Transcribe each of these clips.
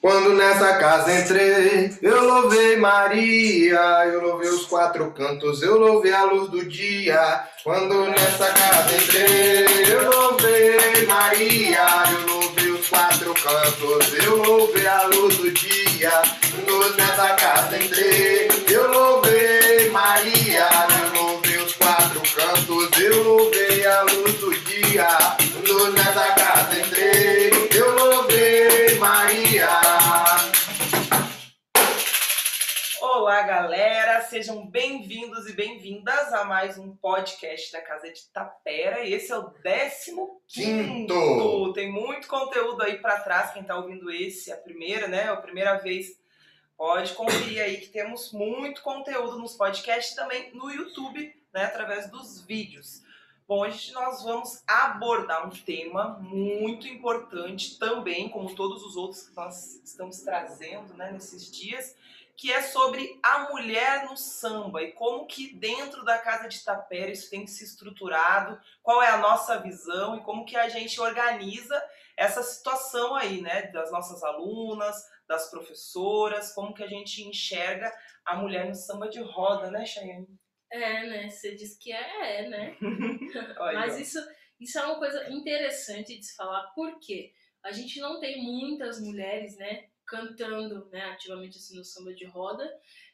Quando nessa casa entrei, eu louvei Maria, eu louvei os quatro cantos, eu louvei a luz do dia. Quando nessa casa entrei, eu louvei Maria, eu louvei os quatro cantos, eu louvei a luz do dia. Quando nessa casa entrei, eu louvei Maria, eu louvei os quatro cantos, eu louvei a luz do dia. Quando nessa casa entrei, eu louvei Maria. Olá, galera! Sejam bem-vindos e bem-vindas a mais um podcast da Casa de Tapera. E esse é o 15º. Tem muito conteúdo aí para trás. Quem tá ouvindo esse, a primeira, né? A primeira vez, pode conferir aí que temos muito conteúdo nos podcasts e também no YouTube, né? Através dos vídeos. Bom, hoje nós vamos abordar um tema muito importante também, como todos os outros que nós estamos trazendo, né, nesses dias, que é sobre a mulher no samba e como que dentro da Casa de Tapera isso tem se estruturado, qual é a nossa visão e como que a gente organiza essa situação aí, né, das nossas alunas, das professoras, como que a gente enxerga a mulher no samba de roda, né, Chayane? Né? Você disse que né? Olha, Mas isso é uma coisa interessante de se falar, porque a gente não tem muitas mulheres, né, cantando, né, ativamente assim no samba de roda,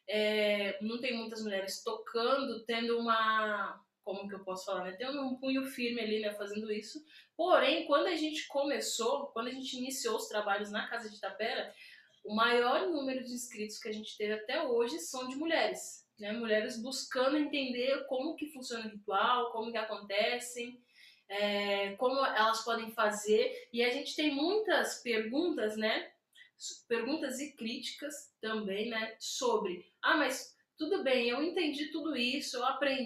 não tem muitas mulheres tocando, tendo uma, como que eu posso falar, né, tendo um punho firme ali, né, fazendo isso. Porém, quando a gente iniciou os trabalhos na Casa de Tapera, o maior número de inscritos que a gente teve até hoje são de mulheres, né? Mulheres buscando entender como que funciona o ritual, como que acontecem, como elas podem fazer. E a gente tem muitas perguntas, né? Perguntas e críticas também, né? Sobre, mas tudo bem, eu entendi tudo isso,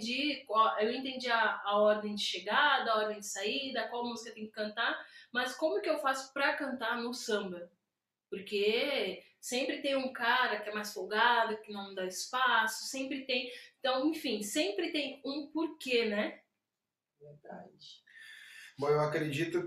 eu entendi a ordem de chegada, a ordem de saída, qual música tem que cantar, mas como que eu faço para cantar no samba? Porque sempre tem um cara que é mais folgado, que não dá espaço, sempre tem... Então, enfim, sempre tem um porquê, né? verdade. Bom, eu acredito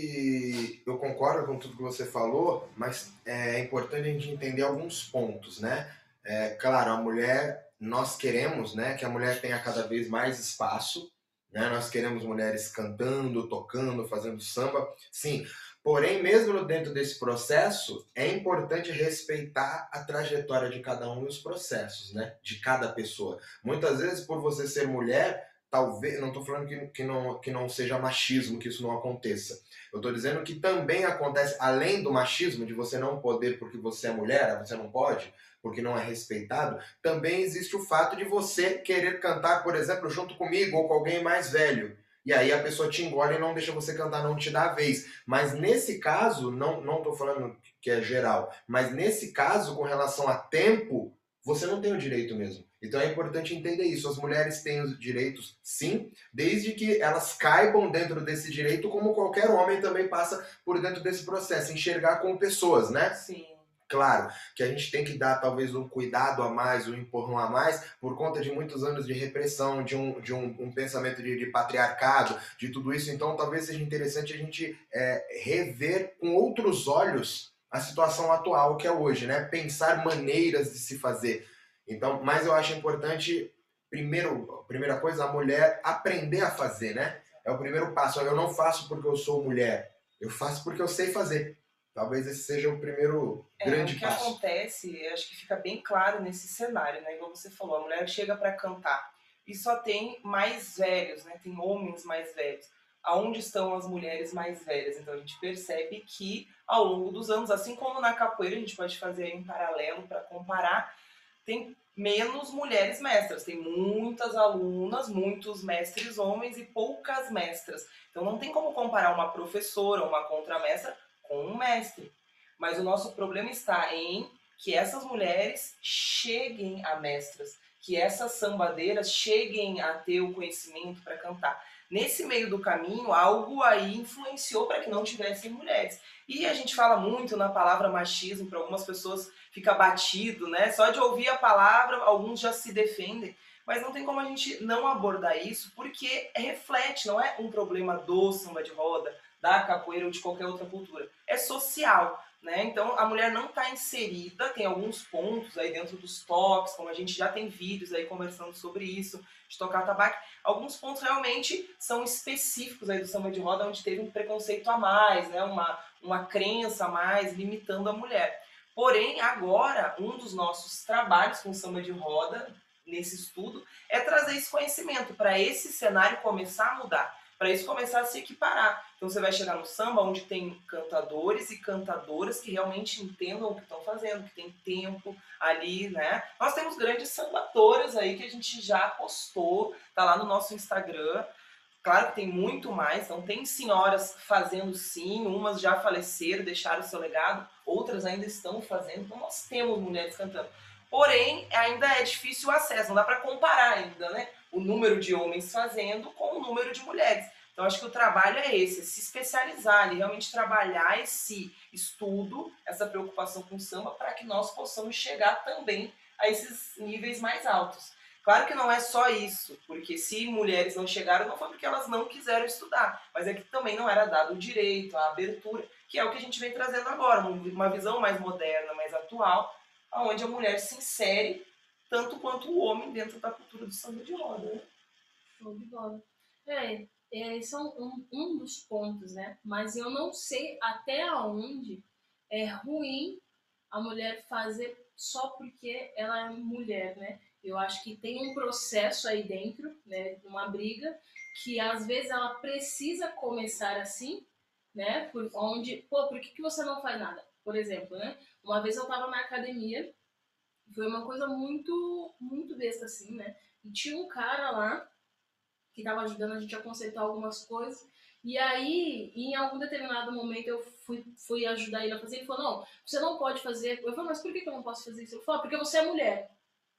que eu concordo com tudo que você falou, mas é importante a gente entender alguns pontos, né? Claro, a mulher, nós queremos, né, que a mulher tenha cada vez mais espaço, né? Nós queremos mulheres cantando, tocando, fazendo samba, sim. Porém, mesmo dentro desse processo, é importante respeitar a trajetória de cada um e os processos, né? De cada pessoa. Muitas vezes, por você ser mulher, talvez, não estou falando que não seja machismo, que isso não aconteça. Eu estou dizendo que também acontece, além do machismo, de você não poder porque você é mulher, você não pode, porque não é respeitado, também existe o fato de você querer cantar, por exemplo, junto comigo ou com alguém mais velho. E aí a pessoa te engole e não deixa você cantar, não te dá a vez. Mas nesse caso, não estou falando que é geral, mas nesse caso, com relação a tempo, você não tem o direito mesmo. Então é importante entender isso. As mulheres têm os direitos, sim, desde que elas caibam dentro desse direito, como qualquer homem também passa por dentro desse processo, enxergar como pessoas, né? Sim. Claro que a gente tem que dar talvez um cuidado a mais, um empurrão a mais, por conta de muitos anos de repressão, de um pensamento de patriarcado, de tudo isso. Então talvez seja interessante a gente rever com outros olhos a situação atual que é hoje, né? Pensar maneiras de se fazer. Então, mas eu acho importante, primeira coisa, a mulher aprender a fazer, né? É o primeiro passo. Eu não faço porque eu sou mulher, eu faço porque eu sei fazer. Talvez esse seja o primeiro grande passo. O que acontece, eu acho que fica bem claro nesse cenário, né? Igual você falou, a mulher chega para cantar e só tem mais velhos, né? Tem homens mais velhos. Aonde estão as mulheres mais velhas? Então a gente percebe que ao longo dos anos, assim como na capoeira, a gente pode fazer aí um paralelo para comparar, tem menos mulheres mestras, tem muitas alunas, muitos mestres homens e poucas mestras. Então não tem como comparar uma professora, uma contramestra com um mestre. Mas o nosso problema está em que essas mulheres cheguem a mestras, que essas sambadeiras cheguem a ter o conhecimento para cantar. Nesse meio do caminho, algo aí influenciou para que não tivessem mulheres. E a gente fala muito na palavra machismo, para algumas pessoas fica batido, né? Só de ouvir a palavra, alguns já se defendem. Mas não tem como a gente não abordar isso, porque reflete, não é um problema do samba de roda, da capoeira ou de qualquer outra cultura. é social. Né? Então a mulher não está inserida, tem alguns pontos aí dentro dos toques, como a gente já tem vídeos aí conversando sobre isso, de tocar tabaco, alguns pontos realmente são específicos aí do samba de roda, onde teve um preconceito a mais, né? uma crença a mais, limitando a mulher. Porém, agora, um dos nossos trabalhos com samba de roda, nesse estudo, é trazer esse conhecimento para esse cenário começar a mudar, para isso começar a se equiparar. Então você vai chegar no samba onde tem cantadores e cantadoras que realmente entendam o que estão fazendo, que tem tempo ali, né? Nós temos grandes sambadoras aí que a gente já postou, tá lá no nosso Instagram. Claro que tem muito mais, então tem senhoras fazendo sim, umas já faleceram, deixaram o seu legado, outras ainda estão fazendo, então nós temos mulheres cantando. Porém, ainda é difícil o acesso, não dá para comparar ainda, né? O número de homens fazendo com o número de mulheres. Então, acho que o trabalho é esse, é se especializar, realmente trabalhar esse estudo, essa preocupação com o samba, para que nós possamos chegar também a esses níveis mais altos. Claro que não é só isso, porque se mulheres não chegaram, não foi porque elas não quiseram estudar, mas é que também não era dado o direito, a abertura, que é o que a gente vem trazendo agora, uma visão mais moderna, mais atual, onde a mulher se insere tanto quanto o homem dentro da cultura do samba de roda. Né? Show de bola. Esse é um dos pontos, né? Mas eu não sei até onde é ruim a mulher fazer só porque ela é mulher, né? Eu acho que tem um processo aí dentro, né? Uma briga que às vezes ela precisa começar assim, né? Por que você não faz nada? Por exemplo, né? Uma vez eu estava na academia, foi uma coisa muito, muito besta assim, né? E tinha um cara lá que estava ajudando a gente a consertar algumas coisas. E aí, em algum determinado momento, eu fui ajudar ele a fazer. Ele falou, não, você não pode fazer. Eu falei, mas por que eu não posso fazer isso? Ele falou, porque você é mulher.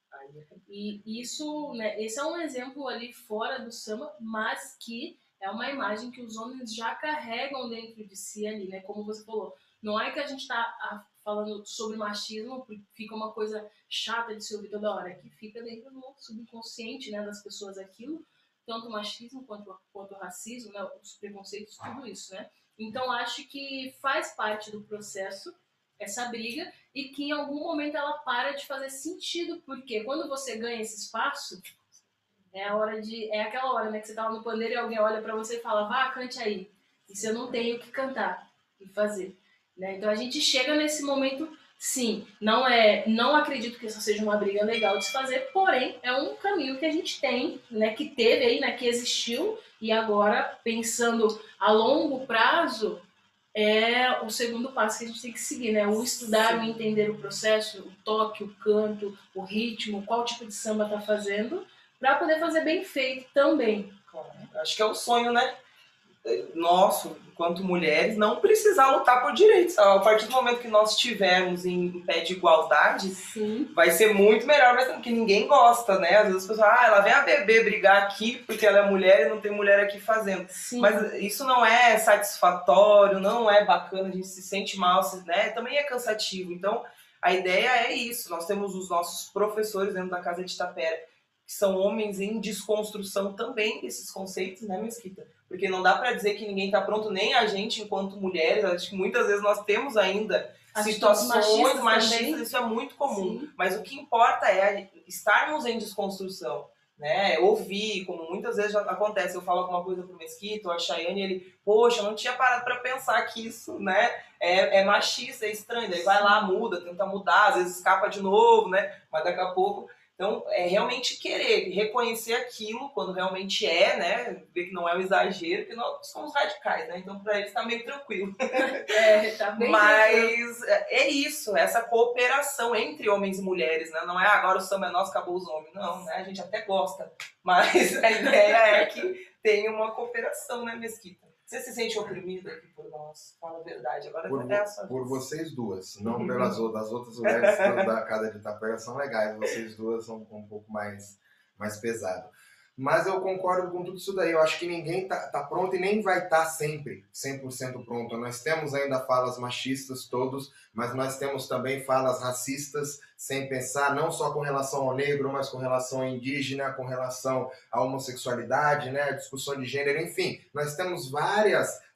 E isso, né, esse é um exemplo ali fora do samba, mas que é uma imagem que os homens já carregam dentro de si ali, né? Como você falou, não é que a gente está falando sobre machismo, porque fica uma coisa chata de se ouvir toda hora, que fica dentro do subconsciente, né, das pessoas aquilo, tanto o machismo quanto o racismo, né, os preconceitos, tudo isso, né? Então acho que faz parte do processo essa briga e que em algum momento ela para de fazer sentido, porque quando você ganha esse espaço, é aquela hora, né, que você tá lá no pandeiro e alguém olha para você e fala, vá, cante aí. E você não tem o que cantar e fazer, né? Então a gente chega nesse momento, sim, não acredito que isso seja uma briga legal de se fazer, porém é um caminho que a gente tem, né, que teve aí, né, que existiu e agora pensando a longo prazo é o segundo passo que a gente tem que seguir, né? O estudar, o entender o processo, o toque, o canto, o ritmo, qual tipo de samba tá fazendo, para poder fazer bem feito também. Claro. Acho que é o sonho, né? Nosso, enquanto mulheres, não precisar lutar por direitos. A partir do momento que nós estivermos em pé de igualdade, sim, vai ser muito melhor, mas porque ninguém gosta, né? Às vezes as pessoas, ela vem a bebê brigar aqui porque ela é mulher e não tem mulher aqui fazendo. sim. Mas isso não é satisfatório, não é bacana, a gente se sente mal, né? Também é cansativo. Então, a ideia é isso. Nós temos os nossos professores dentro da Casa de Tapera, que são homens em desconstrução também desses conceitos, né, Mesquita? Porque não dá para dizer que ninguém está pronto, nem a gente enquanto mulheres. Acho que muitas vezes nós temos ainda situações machistas, isso é muito comum. Sim. Mas o que importa é estarmos em desconstrução, né? Ouvir, como muitas vezes já acontece, eu falo alguma coisa pro Mesquita ou a Chayane, ele, poxa, eu não tinha parado para pensar que isso, né, é machista, é estranho. Daí vai lá, muda, tenta mudar, às vezes escapa de novo, né? Mas daqui a pouco... Então, é realmente querer, reconhecer aquilo quando realmente é, né? Ver que não é um exagero, porque nós somos radicais, né? Então, para eles tá meio tranquilo. Tá bem Mas tranquilo. é isso, essa cooperação entre homens e mulheres, né? Não é agora o samba é nosso, acabou os homens. Não, né? A gente até gosta. Mas a ideia é que tenha uma cooperação, né, Mesquita? Você se sente oprimida aqui por nós? Fala a verdade. Agora por vocês duas, não pelas outras. As outras mulheres da Casa de Tapera são legais, vocês duas são um pouco mais pesado. Mas eu concordo com tudo isso daí. Eu acho que ninguém tá pronto e nem vai estar sempre 100% pronto. Nós temos ainda falas machistas todos, mas nós temos também falas racistas, sem pensar não só com relação ao negro, mas com relação ao indígena, com relação à homossexualidade, né, a discussão de gênero, enfim. Nós temos várias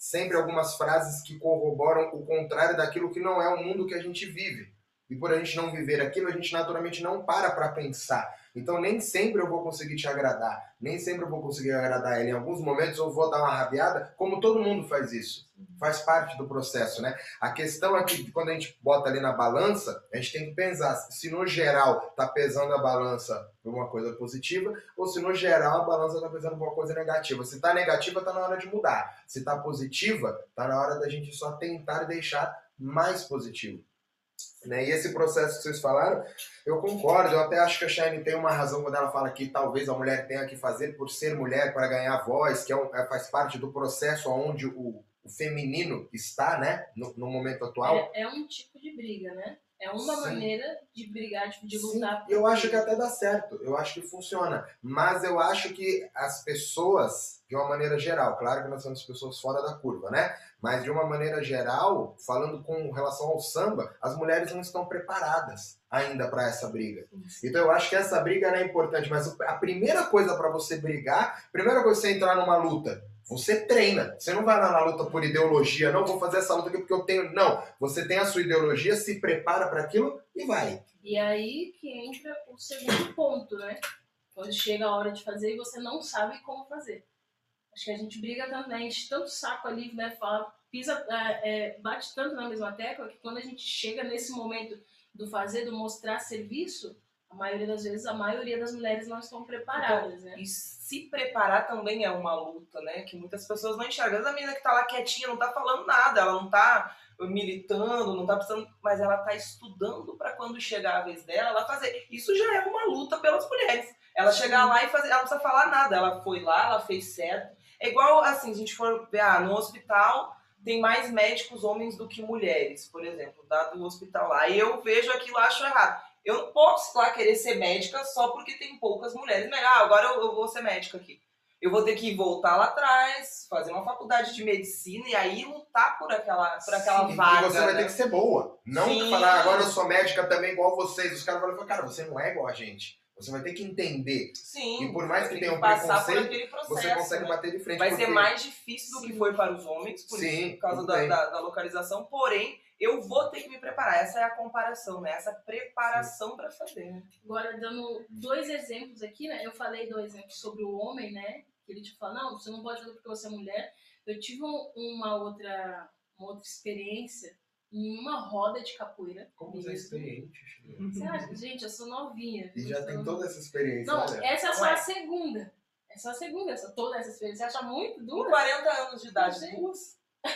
sempre algumas frases que corroboram o contrário daquilo que não é o mundo que a gente vive. E por a gente não viver aquilo, a gente naturalmente não para pensar. Então nem sempre eu vou conseguir te agradar, nem sempre eu vou conseguir agradar ele. Em alguns momentos eu vou dar uma rabiada, como todo mundo faz isso. Faz parte do processo, né? A questão é que quando a gente bota ali na balança, a gente tem que pensar se no geral está pesando a balança por uma coisa positiva ou se no geral a balança está pesando por uma coisa negativa. Se está negativa, está na hora de mudar. Se está positiva, está na hora da gente só tentar deixar mais positivo. Né? E esse processo que vocês falaram, eu concordo, eu até acho que a Shine tem uma razão quando ela fala que talvez a mulher tenha que fazer por ser mulher, para ganhar voz, que faz parte do processo onde o feminino está, né, no momento atual. É um tipo de briga, né? É uma maneira de brigar, de lutar. Sim, eu acho que até dá certo, eu acho que funciona, mas eu acho que as pessoas, de uma maneira geral, claro que nós somos pessoas fora da curva, né? Mas de uma maneira geral, falando com relação ao samba, as mulheres não estão preparadas ainda para essa briga. Então eu acho que essa briga é importante, mas a primeira coisa para você brigar, a primeira coisa que você entrar numa luta, você treina. Você não vai lá na luta por ideologia, não, vou fazer essa luta aqui porque eu tenho... Não, você tem a sua ideologia, se prepara para aquilo e vai. E aí que entra o segundo ponto, né? Quando chega a hora de fazer e você não sabe como fazer. Acho que a gente briga também, enche tanto saco ali, né? Fala, pisa, bate tanto na mesma tecla que quando a gente chega nesse momento do fazer, do mostrar serviço, a maioria das vezes, a maioria das mulheres não estão preparadas, então, né? E se preparar também é uma luta, né? Que muitas pessoas não enxergam. Às vezes a menina que tá lá quietinha, não tá falando nada, ela não tá militando, não tá precisando, mas ela tá estudando para quando chegar a vez dela, ela fazer. Isso já é uma luta pelas mulheres. Ela chegar lá e fazer, ela não precisa falar nada, ela foi lá, ela fez certo. É igual, assim, a gente for ver, no hospital tem mais médicos homens do que mulheres, por exemplo, dado o hospital lá. E eu vejo aquilo, acho errado. Eu não posso lá querer ser médica só porque tem poucas mulheres. Agora eu vou ser médica aqui. Eu vou ter que voltar lá atrás, fazer uma faculdade de medicina e aí lutar por aquela vaga. E você vai ter que ser boa. Não falar, agora eu sou médica também igual vocês. Os caras vão falar, cara, você não é igual a gente. Você vai ter que entender. Sim, e por mais que tenha um preconceito, você consegue bater de frente. Vai ser mais difícil do que foi para os homens, por causa da localização, porém, eu vou ter que me preparar. Essa é a comparação, né? Essa preparação para fazer. Né? Agora, dando 2 exemplos aqui, né? Eu falei 2 exemplos sobre o homem, né? Que ele te fala, não, você não pode fazer porque você é mulher. Eu tive uma outra experiência em uma roda de capoeira. Como você é experiente? Você acha? Gente, eu sou novinha. E já tem toda essa experiência. Não, essa é só a segunda. É só a segunda, toda essa experiência. Você acha muito dura? Com 40 anos de idade, duas.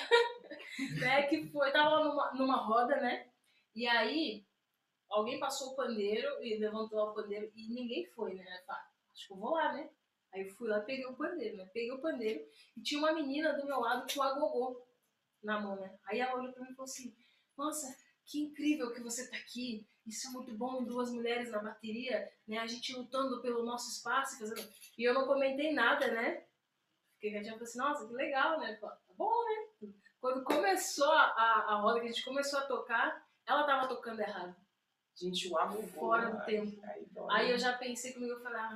Que foi, tava numa roda, né? E aí, alguém passou o pandeiro e levantou o pandeiro e ninguém foi, né? Eu falei, acho que eu vou lá, né? Aí eu fui lá, peguei o pandeiro, né? Peguei o pandeiro e tinha uma menina do meu lado com a gogô na mão, né? Aí ela olhou pra mim e falou assim, nossa, que incrível que você tá aqui. Isso é muito bom, 2 mulheres na bateria, né? A gente lutando pelo nosso espaço. Fazendo... E eu não comentei nada, né? Porque a gente falou assim, nossa, que legal, né? Falei, tá bom, né? Quando começou a roda, que a gente começou a tocar, ela tava tocando errado. Gente, o amor fora do tempo. Aí eu já pensei comigo, eu falei,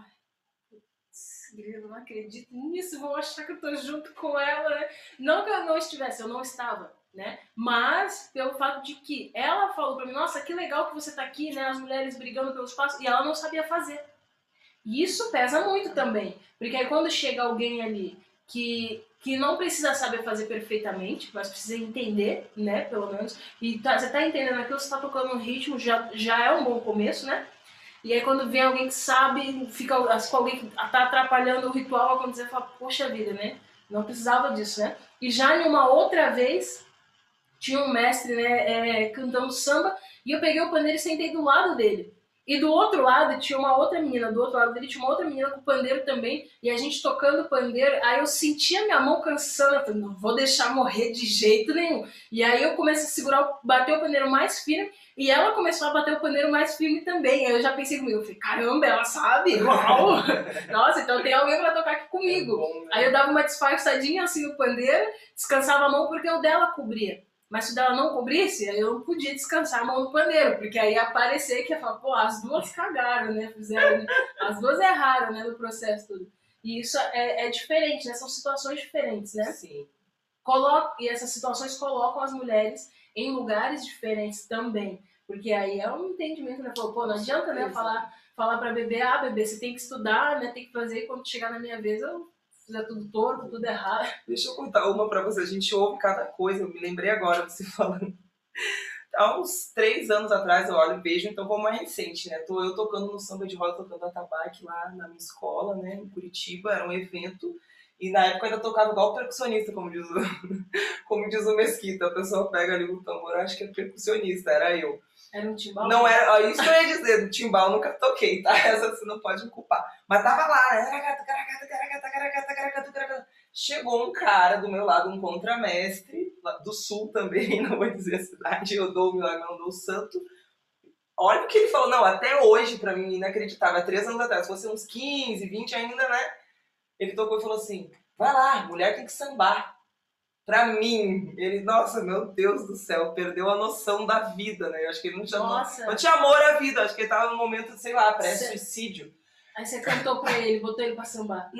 eu não acredito nisso, vão achar que eu tô junto com ela, né? Não que eu não estivesse, eu não estava, né? Mas pelo fato de que ela falou pra mim, nossa, que legal que você tá aqui, né? As mulheres brigando pelo espaço, e ela não sabia fazer. E isso pesa muito também, porque aí quando chega alguém ali que não precisa saber fazer perfeitamente, mas precisa entender, né, pelo menos, e você tá entendendo aquilo, você tá tocando um ritmo, já é um bom começo, né? E aí quando vem alguém que sabe, fica com alguém que tá atrapalhando o ritual acontecer, fala, poxa vida, né? Não precisava disso, né? E já em uma outra vez, tinha um mestre, né, cantando samba, e eu peguei o pandeiro e sentei do lado dele. E do outro lado tinha uma outra menina, do outro lado dele tinha uma outra menina com pandeiro também, e a gente tocando pandeiro, aí eu sentia minha mão cansando, eu falei, não vou deixar morrer de jeito nenhum. E aí eu comecei a segurar, bater o pandeiro mais firme, e ela começou a bater o pandeiro mais firme também. Aí eu já pensei comigo, eu falei, caramba, ela sabe? Uau! Nossa, então tem alguém pra tocar aqui comigo. Bom, né? Aí eu dava uma disfarçadinha assim no pandeiro, descansava a mão porque o dela cobria. Mas se dela não cobrisse, eu não podia descansar a mão no pandeiro, porque aí ia aparecer que ia falar, pô, as duas cagaram, né? Fizeram, as duas erraram, né, no processo todo. E isso é diferente, né? São situações diferentes, né? Sim. E essas situações colocam as mulheres em lugares diferentes também. Porque aí é um entendimento, né? Pô, não adianta, né, falar pra bebê, bebê, você tem que estudar, né, tem que fazer, e quando chegar na minha vez eu fizer tudo torto, tudo errado. Deixa eu contar uma pra você, a gente ouve cada coisa, eu me lembrei agora de você falando. Há uns 3 anos atrás eu olho e vejo, então vou mais recente, né? Tô eu tocando no samba de roda, tocando atabaque lá na minha escola, né, em Curitiba, era um evento, e na época eu ainda tocava igual percussionista, como diz o Mesquita, a pessoa pega ali o tambor, acho que é percussionista, era eu. Era um timbal? Não era, isso que eu ia dizer, do timbal eu nunca toquei, tá? Essa você não pode me culpar. Mas tava lá, né? Chegou um cara do meu lado, um contramestre, do sul também, não vou dizer a cidade, eu dou o milagre, não dou o santo. Olha o que ele falou, não, até hoje, pra mim, inacreditável, há 3 anos atrás, se fosse uns 15, 20 ainda, né? Ele tocou e falou assim, vai lá, mulher tem que sambar. Pra mim, ele, nossa, meu Deus do céu, perdeu a noção da vida, né? Eu acho que ele não tinha amor à vida, acho que ele tava num momento, sei lá, pré-suicídio. Aí você cantou pra ele, botou ele pra sambar.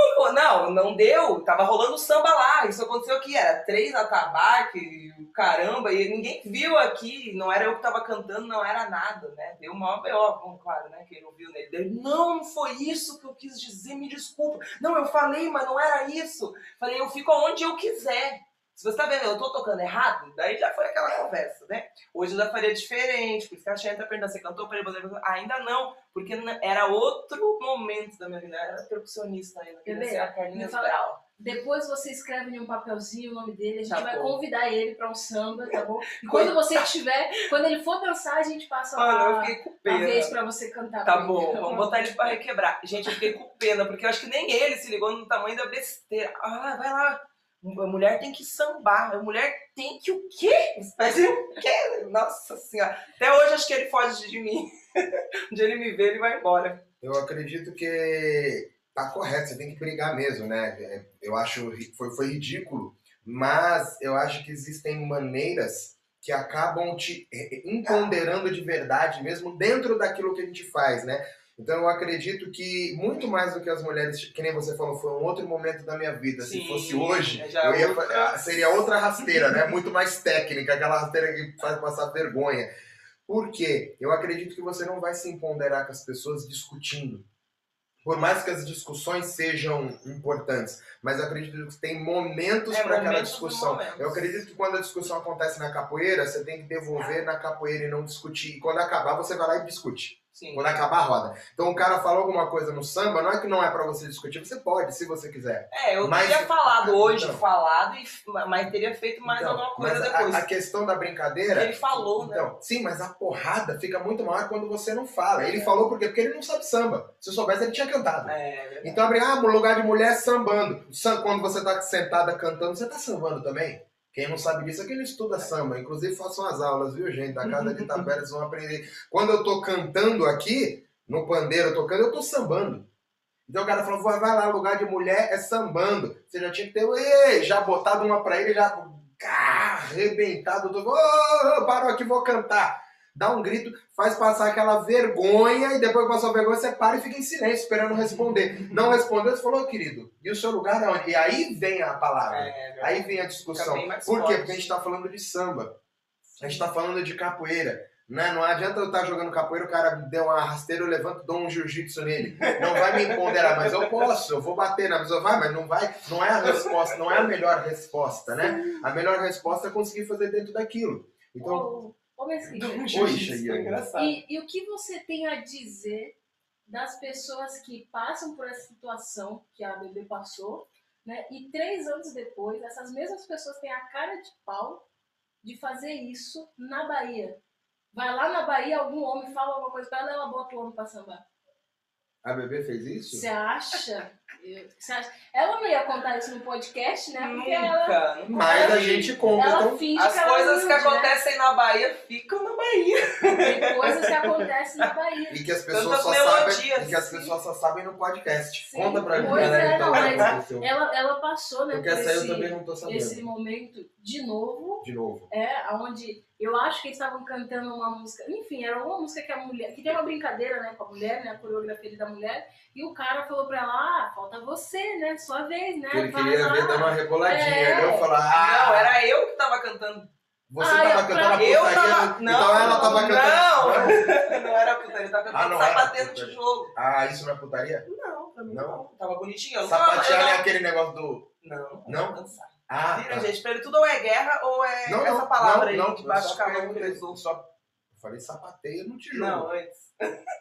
Não deu, tava rolando samba lá, isso aconteceu aqui, era 3 atabaque, caramba, e ninguém viu aqui, não era eu que tava cantando, não era nada, né? Deu uma B.O., bom, claro, né, que ele ouviu nele. Ele, não foi isso que eu quis dizer, me desculpa. Não, eu falei, mas não era isso. Falei, eu fico onde eu quiser. Se você tá vendo, eu tô tocando errado, daí já foi aquela conversa, né? Hoje eu já faria diferente, por isso que a Xia entra perguntando, você cantou pra ele? Ainda não, porque era outro momento da minha vida, eu era percussionista ainda, queria ser a Carlinhos Brau. Depois você escreve em um papelzinho o nome dele, a gente vai convidar ele pra um samba, tá bom? E quando você tiver, quando ele for dançar, a gente passa eu fiquei com pena. A vez pra você cantar. Tá bom, vamos botar ele pra requebrar. Gente, eu fiquei com pena, porque eu acho que nem ele se ligou no tamanho da besteira. Vai lá. A mulher tem que sambar, a mulher tem que o quê? O quê? Nossa senhora. Até hoje acho que ele foge de mim. Onde ele me vê, ele vai embora. Eu acredito que tá correto, você tem que brigar mesmo, né? Eu acho que foi ridículo, mas eu acho que existem maneiras que acabam te empoderando de verdade, mesmo dentro daquilo que a gente faz, né? Então eu acredito que muito mais do que as mulheres, que nem você falou, foi um outro momento da minha vida. Sim, se fosse hoje, seria outra rasteira, né? Muito mais técnica, aquela rasteira que faz passar vergonha. Por quê? Eu acredito que você não vai se empoderar com as pessoas discutindo. Por mais que as discussões sejam importantes, mas eu acredito que tem momentos para aquela discussão. Eu acredito que quando a discussão acontece na capoeira, você tem que devolver na capoeira e não discutir. E quando acabar, você vai lá e discute. Sim. Quando acabar a roda. Então o cara falou alguma coisa no samba, não é que não é pra você discutir, você pode, se você quiser. Eu teria falado hoje, mas teria feito mais alguma coisa depois. A questão da brincadeira... Ele falou, né? Sim, mas a porrada fica muito maior quando você não fala. Ele falou por quê? Porque ele não sabe samba. Se eu soubesse, ele tinha cantado. Então, no lugar de mulher, sambando. Quando você tá sentada cantando, você tá sambando também? Quem não sabe disso é quem não estuda samba. Inclusive, façam as aulas, viu, gente? Da Casa de Itapera, vocês vão aprender. Quando eu tô cantando aqui, no pandeiro tocando, eu tô sambando. Então o cara falou, vai lá, lugar de mulher é sambando. Você já tinha que ter, já botado uma pra ele, já arrebentado. Parou aqui, vou cantar. Dá um grito, faz passar aquela vergonha e depois que passou a vergonha, você para e fica em silêncio, esperando responder. Não respondeu, você falou, querido, e o seu lugar é onde? E aí vem a palavra, aí vem a discussão. Por quê? Porque a gente está falando de samba, a gente está falando de capoeira. Né? Não adianta eu estar jogando capoeira, o cara deu uma rasteira, eu levanto e dou um jiu-jitsu nele. Não vai me empoderar, mas eu posso, eu vou bater na pessoa, mas não vai, não é a resposta, não é a melhor resposta, né? A melhor resposta é conseguir fazer dentro daquilo. Então... E o que você tem a dizer das pessoas que passam por essa situação que a Bebê passou, né? E 3 anos depois, essas mesmas pessoas têm a cara de pau de fazer isso na Bahia. Vai lá na Bahia, algum homem fala alguma coisa pra ela bota o homem pra sambar. A Bebê fez isso? Você acha? Ela não ia contar isso no podcast, né? Porque mas a gente conta. Então, as coisas que acontecem na Bahia ficam na Bahia. Tem coisas que acontecem na Bahia. E que as pessoas só sabem no podcast. Sim, conta pra mim, galera. Então, mas ela passou, né? Porque essa eu também não tô sabendo. Esse momento de novo. De novo. Onde Eu acho que eles estavam cantando uma música, enfim, era uma música que a mulher, que tem uma brincadeira, né, com a mulher, né, a coreografia da mulher, e o cara falou pra ela, falta você, né, sua vez, né, Ele queria ver dar uma reboladinha, ele ia falar, Não, era eu que tava cantando. Você tava cantando a putaria, eu tava... então ela tava cantando... Não era putaria, eu tava cantando sapateio no tijolo. Isso não é putaria? Não, pra mim não. Tava bonitinho. Sapatear é aquele negócio do... Não? Dançar. Tá. Gente, pra ele tudo ou é guerra ou é essa palavra aí de baixo calão que eles usam. Eu falei sapateio no tijolo. Não, antes.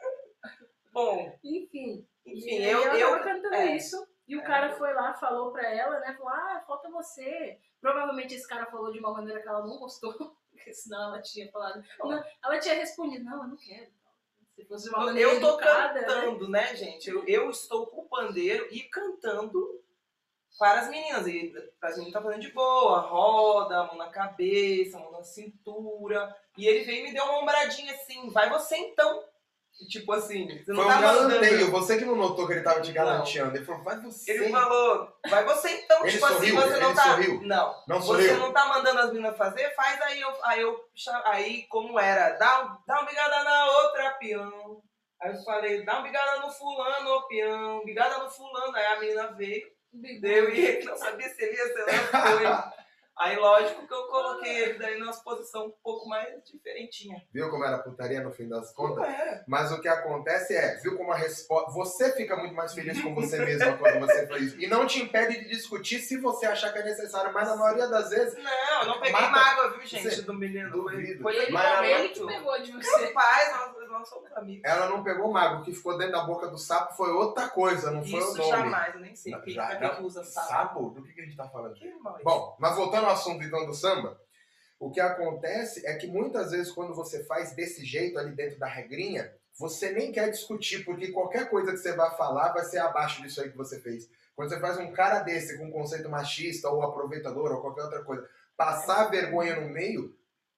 Bom, enfim, eu tava cantando isso. E o cara foi lá, falou pra ela, né? Falou, falta você. Provavelmente esse cara falou de uma maneira que ela não gostou, porque senão ela tinha falado. Não, ela tinha respondido, não, eu não quero. Se fosse de uma maneira eu tô educada, cantando, né, gente? Eu estou com o pandeiro e cantando para as meninas. E para as meninas tá fazendo de boa, roda, mão na cabeça, mão na cintura. E ele veio e me deu uma ombradinha assim, vai você então. Tipo assim, você não foi tá um galanteio, mandando. Você que não notou que ele tava te galanteando. Ele falou, vai você. Ele falou, vai você então, ele tipo sorriu, assim, você não ele tá. Sorriu. Não sorriu. Você não tá mandando as meninas fazer, faz aí como era, dá uma bigada na outra, peão. Aí eu falei, dá uma bigada no fulano, ô peão, bigada no fulano. Aí a menina veio, deu e ele não sabia se ele ia, se ela foi. Aí, lógico que eu coloquei ele daí numa posição um pouco mais diferentinha. Viu como era putaria no fim das contas? Não era. Mas o que acontece viu como a resposta... Você fica muito mais feliz com você mesma quando você faz isso. E não te impede de discutir se você achar que é necessário. Mas na maioria das vezes... Não, eu não peguei mágoa, viu, gente, Você... do menino. Duvido. Foi ele, ele que pegou de você. Rapaz, nós somos amigos. Ela não pegou mágoa. O que ficou dentro da boca do sapo foi outra coisa, não foi o nome. Isso jamais, eu nem sei. Pra que usa sapo? Sapo? Do que a gente tá falando? Que bom, mas voltando ao assunto então do samba, o que acontece é que muitas vezes quando você faz desse jeito ali dentro da regrinha, você nem quer discutir, porque qualquer coisa que você vai falar vai ser abaixo disso aí que você fez. Quando você faz um cara desse com um conceito machista ou aproveitador ou qualquer outra coisa, passar vergonha no meio,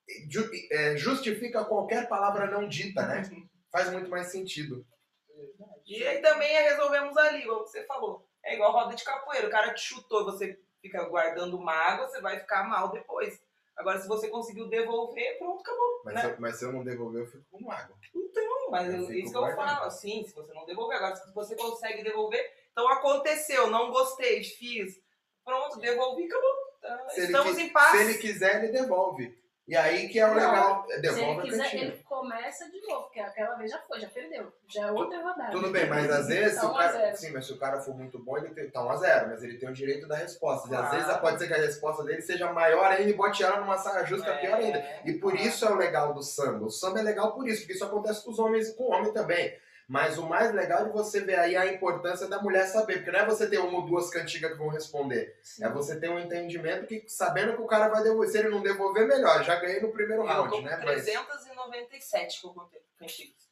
justifica qualquer palavra não dita, né? Faz muito mais sentido. E aí também resolvemos ali, igual você falou. É igual roda de capoeira, o cara te chutou e você fica guardando mágoa, você vai ficar mal depois. Agora, se você conseguiu devolver, pronto, acabou. Mas se eu não devolver, eu fico com mágoa. Então, mas isso que eu falo, assim, se você não devolver. Agora, se você consegue devolver, então aconteceu, não gostei, fiz. Pronto, devolvi, acabou. Então, estamos em paz. Se ele quiser, ele devolve. E aí que é o legal. Devolve. Se ele quiser, ele começa de novo, porque aquela vez já foi, já perdeu. Já é outra rodada. Tudo bem, mas às vezes, sim, mas se o cara for muito bom, ele tem 1-0, mas ele tem o direito da resposta. E às vezes pode ser que a resposta dele seja maior ainda e bote ela numa saia justa pior ainda. E por isso é o legal do samba. O samba é legal por isso, porque isso acontece com os homens e com o homem também. Mas o mais legal é de você ver aí a importância da mulher saber, porque não é você ter uma ou duas cantigas que vão responder. Sim. É você ter um entendimento que, sabendo que o cara vai devolver, se ele não devolver, melhor. Já ganhei no primeiro round, né? 397 que eu contei cantigas.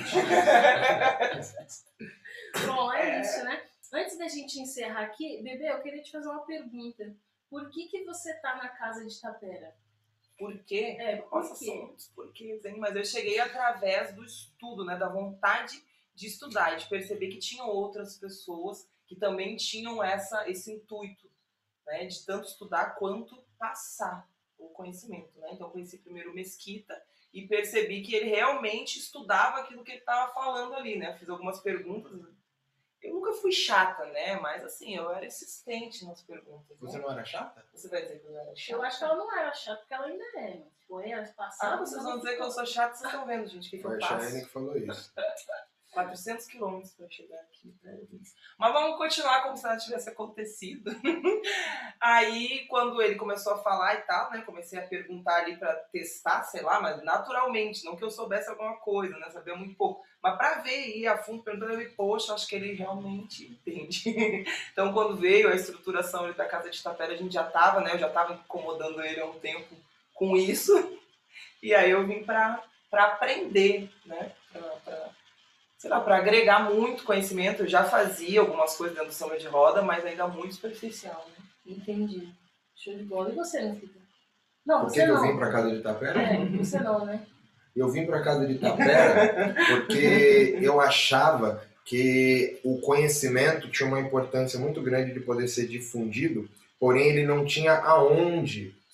Bom, é isso, né? Antes da gente encerrar aqui, Bebê, eu queria te fazer uma pergunta. Por que você tá na casa de Tapera? Por quê? Por quê? São muitos porquês, hein? Mas eu cheguei através do estudo, né? Da vontade de estudar e de perceber que tinham outras pessoas que também tinham esse intuito, né? De tanto estudar quanto passar o conhecimento, né? Então eu conheci primeiro o Mesquita e percebi que ele realmente estudava aquilo que ele estava falando ali, né? Eu fiz algumas perguntas. Eu nunca fui chata, né? Mas assim, eu era insistente nas perguntas. Você não era chata? Você vai dizer que eu não era chata? Eu acho que ela não era chata, porque ela ainda é. Mas foi elas passaram. Vocês vão dizer que eu sou chata, vocês estão vendo, gente, o que eu faço. Foi a Chayane que falou isso. 400 quilômetros para chegar aqui. Mas vamos continuar como se nada tivesse acontecido. Aí, quando ele começou a falar e tal, né? Comecei a perguntar ali para testar, sei lá, mas naturalmente, não que eu soubesse alguma coisa, né? Sabia muito pouco. Mas para ver, ir a fundo, perguntando ele, poxa, acho que ele realmente entende. Então, quando veio a estruturação da Casa de Tapera, a gente já estava, né? Eu já estava incomodando ele há um tempo com isso. E aí eu vim para aprender, né? Para agregar muito conhecimento. Eu já fazia algumas coisas dentro do samba de roda, mas ainda muito superficial, né? Entendi. Show de bola. E você, não fica? Não, Por você que não. eu vim para Casa de Tapera? Você não, né? Eu vim para Casa de Tapera porque eu achava que o conhecimento tinha uma importância muito grande de poder ser difundido, porém ele não tinha aonde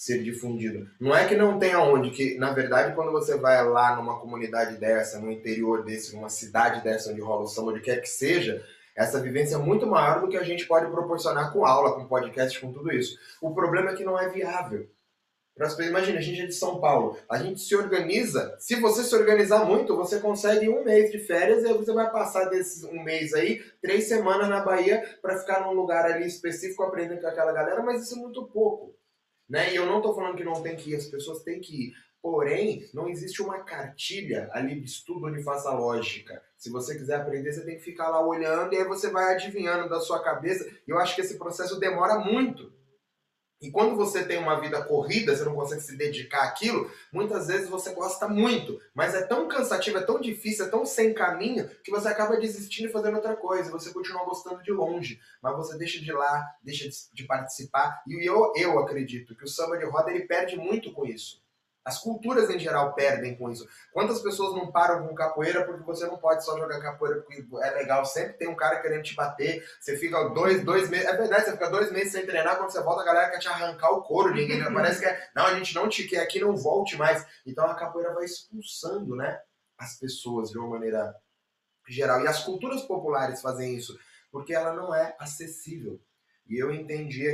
ser difundido. Não é que não tem aonde, que na verdade quando você vai lá numa comunidade dessa, no interior desse, numa cidade dessa onde rola o samba, onde quer que seja, essa vivência é muito maior do que a gente pode proporcionar com aula, com podcast, com tudo isso. O problema é que não é viável. Imagina, a gente é de São Paulo, a gente se organiza, se você se organizar muito, você consegue 1 mês de férias e aí você vai passar desses 1 mês aí, 3 semanas na Bahia para ficar num lugar ali específico aprendendo com aquela galera, mas isso é muito pouco. Né? E eu não estou falando que não tem que ir, as pessoas têm que ir. Porém, não existe uma cartilha ali de estudo onde faça lógica. Se você quiser aprender, você tem que ficar lá olhando e aí você vai adivinhando da sua cabeça. E eu acho que esse processo demora muito. E quando você tem uma vida corrida, você não consegue se dedicar àquilo, muitas vezes você gosta muito, mas é tão cansativo, é tão difícil, é tão sem caminho, que você acaba desistindo e fazendo outra coisa. Você continua gostando de longe, mas você deixa de ir lá, deixa de participar. E eu acredito que o samba de roda ele perde muito com isso. As culturas em geral perdem com isso. Quantas pessoas não param com capoeira porque você não pode só jogar capoeira porque é legal, sempre tem um cara querendo te bater, você fica dois meses, é verdade, você fica 2 meses sem treinar, quando você volta a galera quer te arrancar o couro, ninguém parece que é, não, a gente não te quer aqui, não volte mais. Então a capoeira vai expulsando, né, as pessoas de uma maneira geral. E as culturas populares fazem isso, porque ela não é acessível. E eu entendia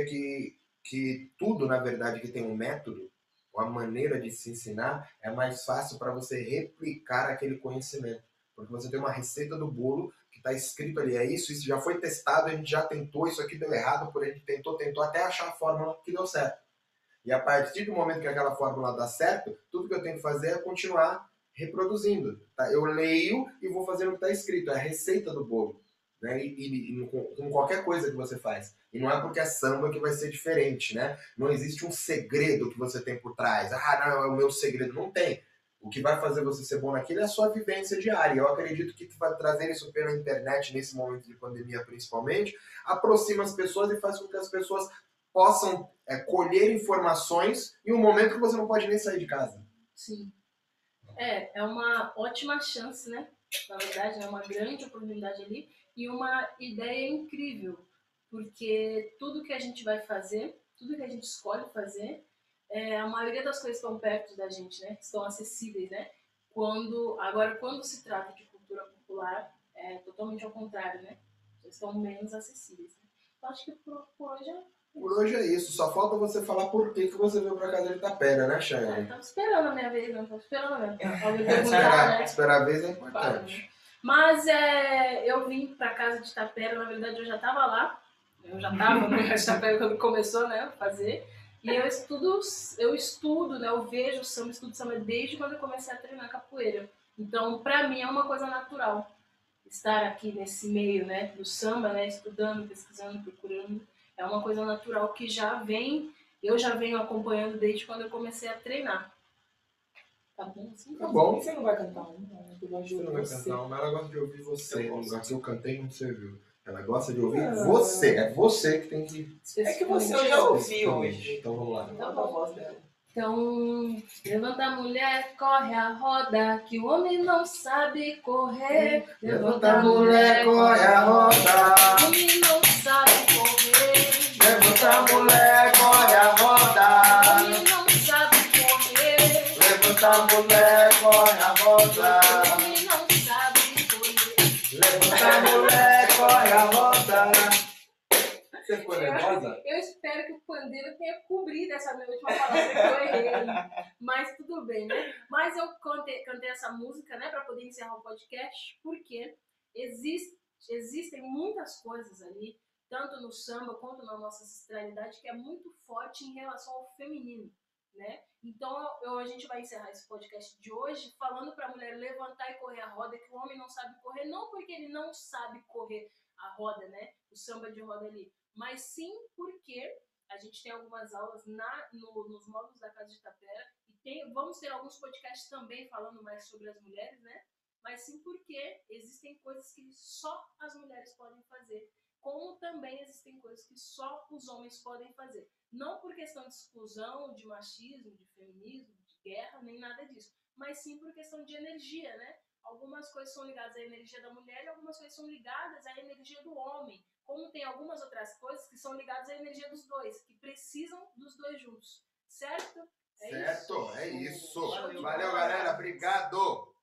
que tudo, na verdade, que tem um método, uma maneira de se ensinar, é mais fácil para você replicar aquele conhecimento. Porque você tem uma receita do bolo que está escrito ali, é isso já foi testado, a gente já tentou, isso aqui deu errado, por a gente tentou, até achar a fórmula que deu certo. E a partir do momento que aquela fórmula dá certo, tudo que eu tenho que fazer é continuar reproduzindo. Tá? Eu leio e vou fazendo o que está escrito, é a receita do bolo. Né? E com qualquer coisa que você faz. E não é porque é samba que vai ser diferente, né? Não existe um segredo que você tem por trás. Ah, não, é o meu segredo. Não tem. O que vai fazer você ser bom naquilo é a sua vivência diária. Eu acredito que vai trazer isso pela internet, nesse momento de pandemia principalmente, aproxima as pessoas e faz com que as pessoas possam colher informações em um momento que você não pode nem sair de casa. Sim. É uma ótima chance, né? Na verdade, é uma grande oportunidade ali e uma ideia incrível, porque tudo que a gente vai fazer, tudo que a gente escolhe fazer, a maioria das coisas estão perto da gente, né? Estão acessíveis, né? Quando se trata de cultura popular, é totalmente ao contrário, né? Estão menos acessíveis. Né? Então, acho que por hoje é por hoje é isso. Só falta você falar por que você veio pra casa de Itapera, né, Chayane? Tava esperando a minha vez, não tava esperando a minha Esperar a vez é importante. Mas eu vim pra casa de Itapera, na verdade eu já tava lá. Eu já tava no de Itapera quando começou, né, a fazer. E eu estudo, né, eu vejo samba, estudo samba desde quando eu comecei a treinar capoeira. Então, pra mim é uma coisa natural estar aqui nesse meio, né, do samba, né, estudando, pesquisando, procurando. É uma coisa natural que eu já venho acompanhando desde quando eu comecei a treinar. Tá bom assim? Tá bom. Você não vai cantar um? Você não vai cantar um, mas ela gosta de ouvir você. No lugar que eu cantei, não serviu. Ela gosta de ouvir você. É você que tem que... É que você eu já ouvi hoje. Então vamos lá. Tá bom. A voz dela. Então, levanta a mulher, corre a roda, que o homem não sabe correr. Levanta a mulher, corre a roda. O homem não sabe correr. Levanta a mulher, corre a roda. O homem não sabe correr. Levanta a mulher, corre a roda. O homem não sabe correr. Levanta a mulher, corre a roda. Você ficou nervosa? Eu espero que o pandeiro tenha cobrido essa minha última palavra que eu errei. Mas tudo bem, né? Mas eu cantei essa música, né, para poder encerrar o podcast, porque existem muitas coisas ali, tanto no samba quanto na nossa ancestralidade, que é muito forte em relação ao feminino, né? Então a gente vai encerrar esse podcast de hoje falando para a mulher levantar e correr a roda, que o homem não sabe correr, não porque ele não sabe correr a roda, né? O samba de roda ali, mas sim porque a gente tem algumas aulas nos módulos da Casa de Itapera e vamos ter alguns podcasts também falando mais sobre as mulheres, né? Mas sim porque existem coisas que só as mulheres podem fazer, como também existem coisas que só os homens podem fazer. Não por questão de exclusão, de machismo, de feminismo, de guerra, nem nada disso, mas sim por questão de energia, né? Algumas coisas são ligadas à energia da mulher e algumas coisas são ligadas à energia do homem. Como tem algumas outras coisas que são ligadas à energia dos dois, que precisam dos dois juntos. certo? Certo, é isso. Valeu. Valeu, galera. Obrigado.